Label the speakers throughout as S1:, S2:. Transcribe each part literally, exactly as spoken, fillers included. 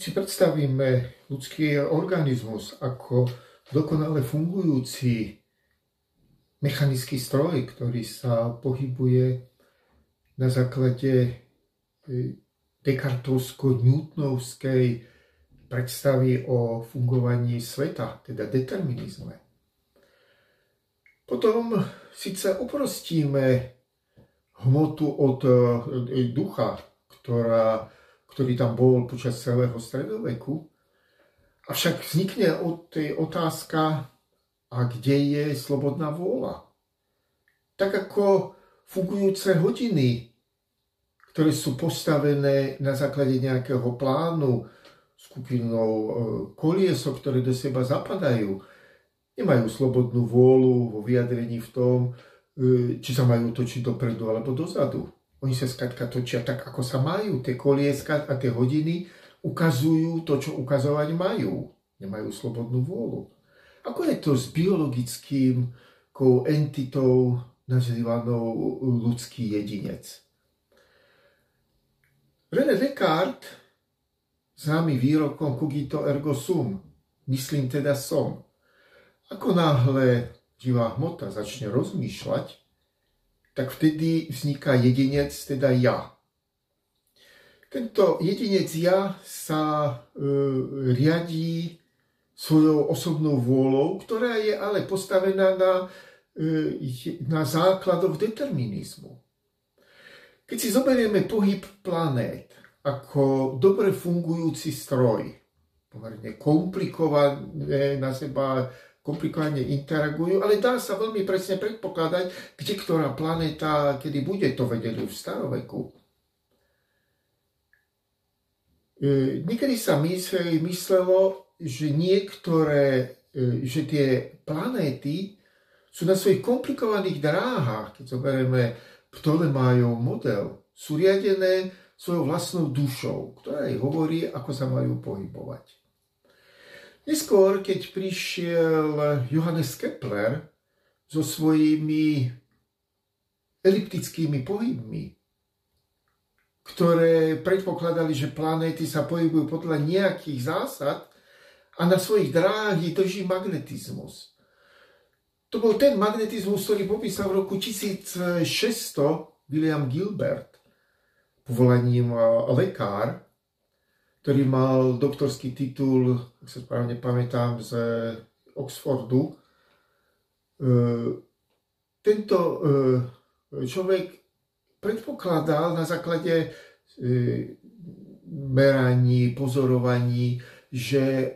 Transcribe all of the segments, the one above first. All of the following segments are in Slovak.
S1: si predstavíme ľudský organizmus ako dokonale fungujúci mechanický stroj, ktorý sa pohybuje na základe Descartovsko-Newtonovskej predstavy o fungovaní sveta, teda determinizme. Potom síce oprostíme hmotu od ducha, ktorá, ktorý tam bol počas celého stredoveku, avšak vznikne od tej otázka, a kde je slobodná vôľa. Tak ako fungujúce hodiny, ktoré sú postavené na základe nejakého plánu, skupinou koliesok, ktoré do seba zapadajú, nemajú slobodnú vôľu vo vyjadrení v tom, či sa majú točiť dopredu alebo dozadu. Oni sa skrátka točia tak, ako sa majú. Tie kolieska a tie hodiny ukazujú to, čo ukazovať majú. Nemajú slobodnú vôľu. Ako je to s biologickým entitou nazývanou ľudský jedinec? René Descartes, známy výrokom cogito ergo sum, myslím teda som. Ako náhle živá hmota začne rozmýšľať, tak vtedy vzniká jedinec, teda ja. Tento jedinec ja sa e, riadí svojou osobnou vôľou, ktorá je ale postavená na, na základoch determinizmu. Keď si zoberieme pohyb planét ako dobre fungujúci stroj, pomerne komplikované na seba, komplikovane interagujú, ale dá sa veľmi presne predpokladať, kde ktorá planéta, kedy bude, to vedeli v staroveku. Niekedy sa myslelo, že niektoré, že tie planéty sú na svojich komplikovaných dráhach, keď zoberieme Ptolemajov model, sú riadené svojou vlastnou dušou, ktorá jej hovorí, ako sa majú pohybovať. Neskôr, keď prišiel Johannes Kepler so svojimi eliptickými pohybmi, ktoré predpokladali, že planéty sa pohybujú podľa nejakých zásad, a na svojich dráhach drží magnetizmus. To bol ten magnetizmus, ktorý popísal v roku tisícšesťsto William Gilbert, povolaním lekár, ktorý mal doktorský titul, ak sa správne pamätám, z Oxfordu. Tento človek predpokladal na základe meraní, pozorovaní, že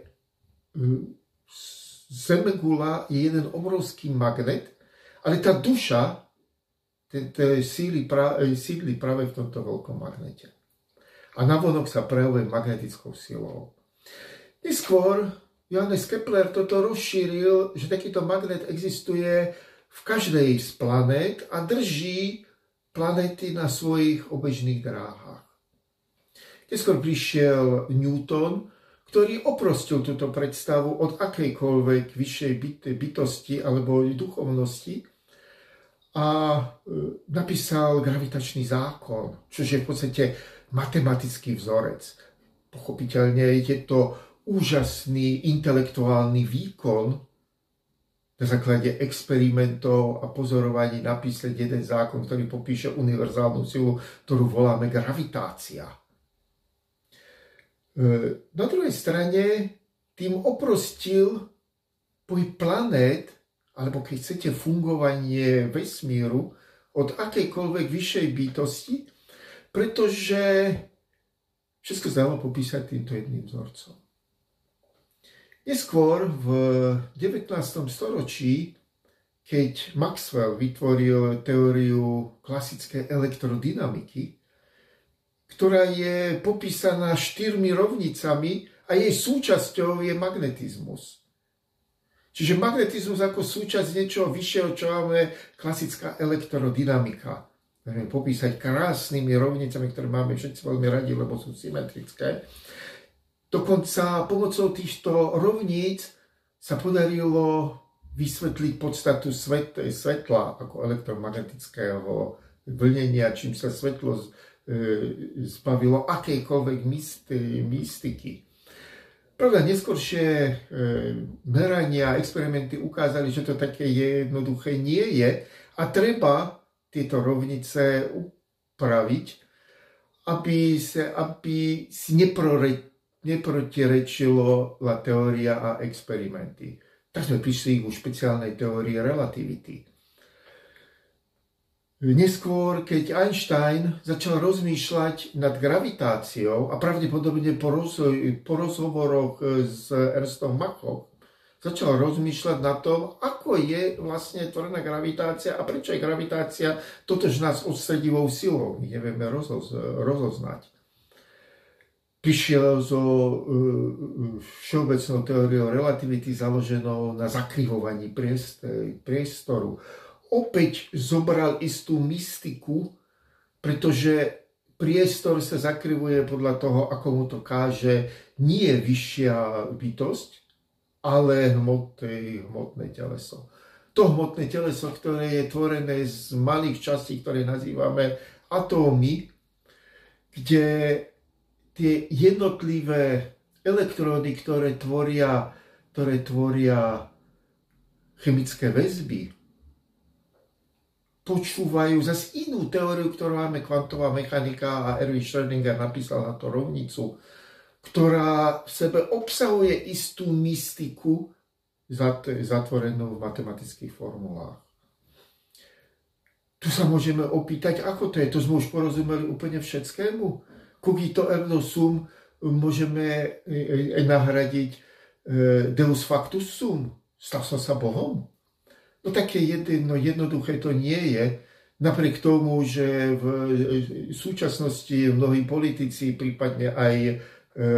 S1: Zemegula je jeden obrovský magnet, ale tá duša sídli práve v tomto veľkom magnete. A navonok sa prejavuje magnetickou silou. Neskôr Johannes Kepler toto rozšíril, že takýto magnet existuje v každej z planét a drží planéty na svojich obežných dráhach. Neskôr prišiel Newton, ktorý oprostil túto predstavu od akejkoľvek vyššej bytosti alebo duchovnosti a napísal gravitačný zákon, čo je v podstate matematický vzorec. Pochopiteľne je to úžasný intelektuálny výkon na základe experimentov a pozorovaní napísať jeden zákon, ktorý popíše univerzálnu silu, ktorú voláme gravitácia. Na druhej strane tým oprostil pohyb planét, alebo keď chcete fungovanie vesmíru od akejkoľvek vyššej bytosti, pretože všetko sa dalo popísať týmto jedným vzorcom. Neskôr v devätnástom storočí, keď Maxwell vytvoril teóriu klasickej elektrodynamiky, ktorá je popísaná štyrmi rovnicami a jej súčasťou je magnetizmus. Čiže magnetizmus ako súčasť niečoho vyššieho, čo máme klasická elektrodynamika. Môžeme popísať krásnymi rovnicami, ktoré máme všetci veľmi radi, lebo sú symetrické. Dokonca pomocou týchto rovníc sa podarilo vysvetliť podstatu svetla ako elektromagnetického vlnenia, čím sa svetlo zbavilo akejkoľvek mystiky. Pravda, neskôršie e, merania, experimenty ukázali, že to také jednoduché nie je a treba tieto rovnice upraviť, aby, sa, aby si neprore, neprotirečilo la teória a experimenty. Tak sme prišli ku špeciálnej teórii relativity. Neskôr, keď Einstein začal rozmýšľať nad gravitáciou a pravdepodobne po, roz, po rozhovoroch s Ernstom Machom začal rozmýšľať nad tom, ako je vlastne tvorená gravitácia a prečo je gravitácia totožná s odstredivou silou. My nevieme rozoz, rozoznať. Prišiel so uh, všeobecnou teóriou relativity založenou na zakrivovaní priestoru. Opäť zobral istú mystiku, pretože priestor sa zakrivuje podľa toho, ako mu to káže nie vyššia bytosť, ale hmotné, hmotné teleso. To hmotné teleso, ktoré je tvorené z malých častí, ktoré nazývame atómy, kde tie jednotlivé elektróny, ktoré tvoria, ktoré tvoria chemické väzby, počúvajú zase inú teóriu, ktorú máme kvantová mechanika a Erwin Schrödinger napísal na to rovnicu, ktorá v sebe obsahuje istú mystiku zatvorenú v matematických formulách. Tu sa môžeme opýtať, ako to je. To sme už porozumeli úplne všetkému. Cogito ergo sum môžeme nahradiť Deus factus sum. Stal som sa Bohom? No také jedno, jednoduché to nie je, napriek tomu, že v súčasnosti mnohí politici, prípadne aj, e,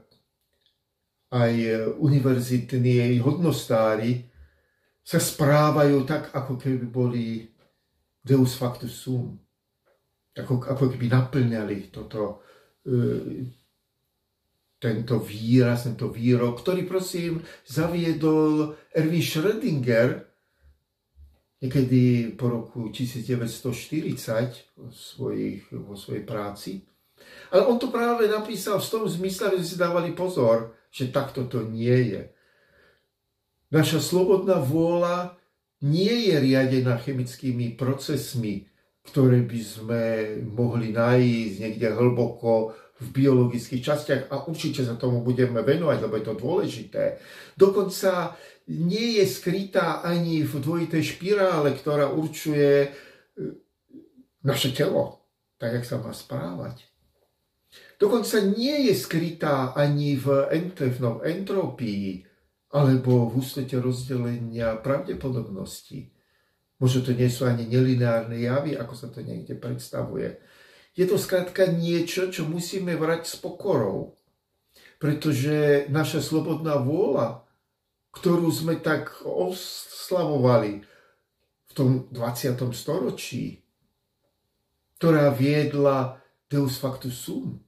S1: aj univerzitní hodnostári sa správajú tak, ako keby boli Deus factus sum. Ako, ako keby naplňali toto, e, tento výraz, tento výrok, ktorý prosím zaviedol Erwin Schrödinger niekedy po roku devätnásťstoštyridsať vo, svojich, vo svojej práci. Ale on to práve napísal v tom zmysle, že si dávali pozor, že takto to nie je. Naša slobodná vôľa nie je riadená chemickými procesmi, ktoré by sme mohli nájsť niekde hlboko v biologických častiach a určite sa tomu budeme venovať, lebo je to dôležité. Dokonca nie je skrytá ani v dvojitej špirále, ktorá určuje naše telo, tak, jak sa má správať. Dokonca nie je skrytá ani v entropii, alebo v hustote rozdelenia pravdepodobnosti. Možno to nie sú ani nelineárne javy, ako sa to niekde predstavuje. Je to skrátka niečo, čo musíme brať s pokorou, pretože naša slobodná vôľa, ktorú sme tak oslavovali v tom dvadsiatom storočí, ktorá viedla Deus factus sum,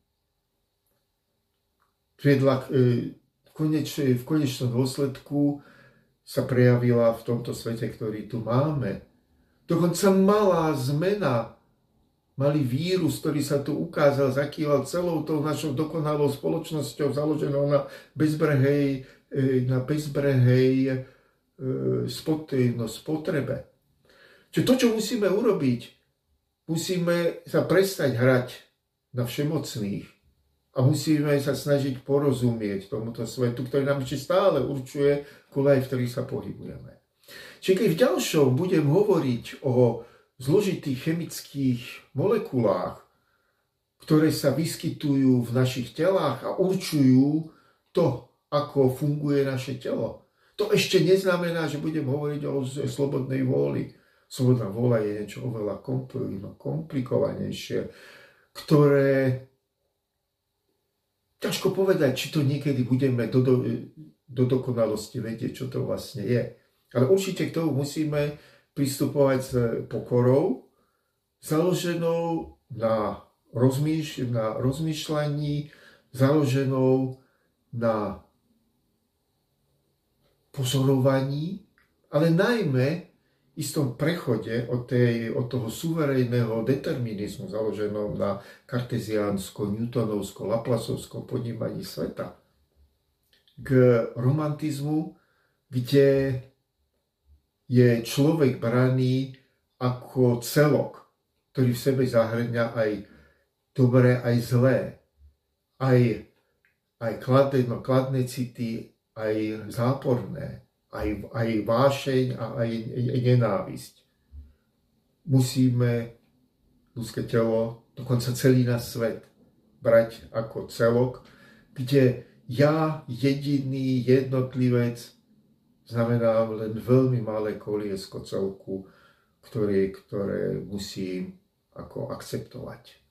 S1: viedla v konečnom dôsledku sa prejavila v tomto svete, ktorý tu máme. Dokonca malá zmena, malý vírus, ktorý sa tu ukázal, zakýval celou tou našou dokonalou spoločnosťou založenou na bezbrehej na bezbrehej no, spotrebe. Čiže to, čo musíme urobiť, musíme sa prestať hrať na všemocných a musíme sa snažiť porozumieť tomuto svetu, ktorý nám ešte stále určuje koľaj, v ktorých sa pohybujeme. Čiže keď v ďalšom budem hovoriť o zložitých chemických molekulách, ktoré sa vyskytujú v našich telách a určujú to, ako funguje naše telo. To ešte neznamená, že budem hovoriť o slobodnej vôli. Slobodná vôľa je niečo oveľa komplikovanejšie, ktoré ťažko povedať, či to niekedy budeme do, do, do dokonalosti vedieť, čo to vlastne je. Ale určite k tomu musíme pristupovať s pokorou, založenou na, rozmýš- na rozmýšľaní, založenou na pozorovaní, ale najmä istom prechode od, tej, od toho suverénneho determinizmu založenom na karteziánsko, newtonovsko, laplaceovskom ponímaní sveta k romantizmu, kde je človek braný ako celok, ktorý v sebe zahrňa aj dobré, aj zlé, aj, aj kladné, no, kladné city, aj záporné, aj, aj vášeň a aj nenávisť. Musíme ľudské telo, dokonca celý náš svet, brať ako celok, kde ja, jediný jednotlivec, znamenám len veľmi malé koliesko celku, ktoré, ktoré musím ako akceptovať.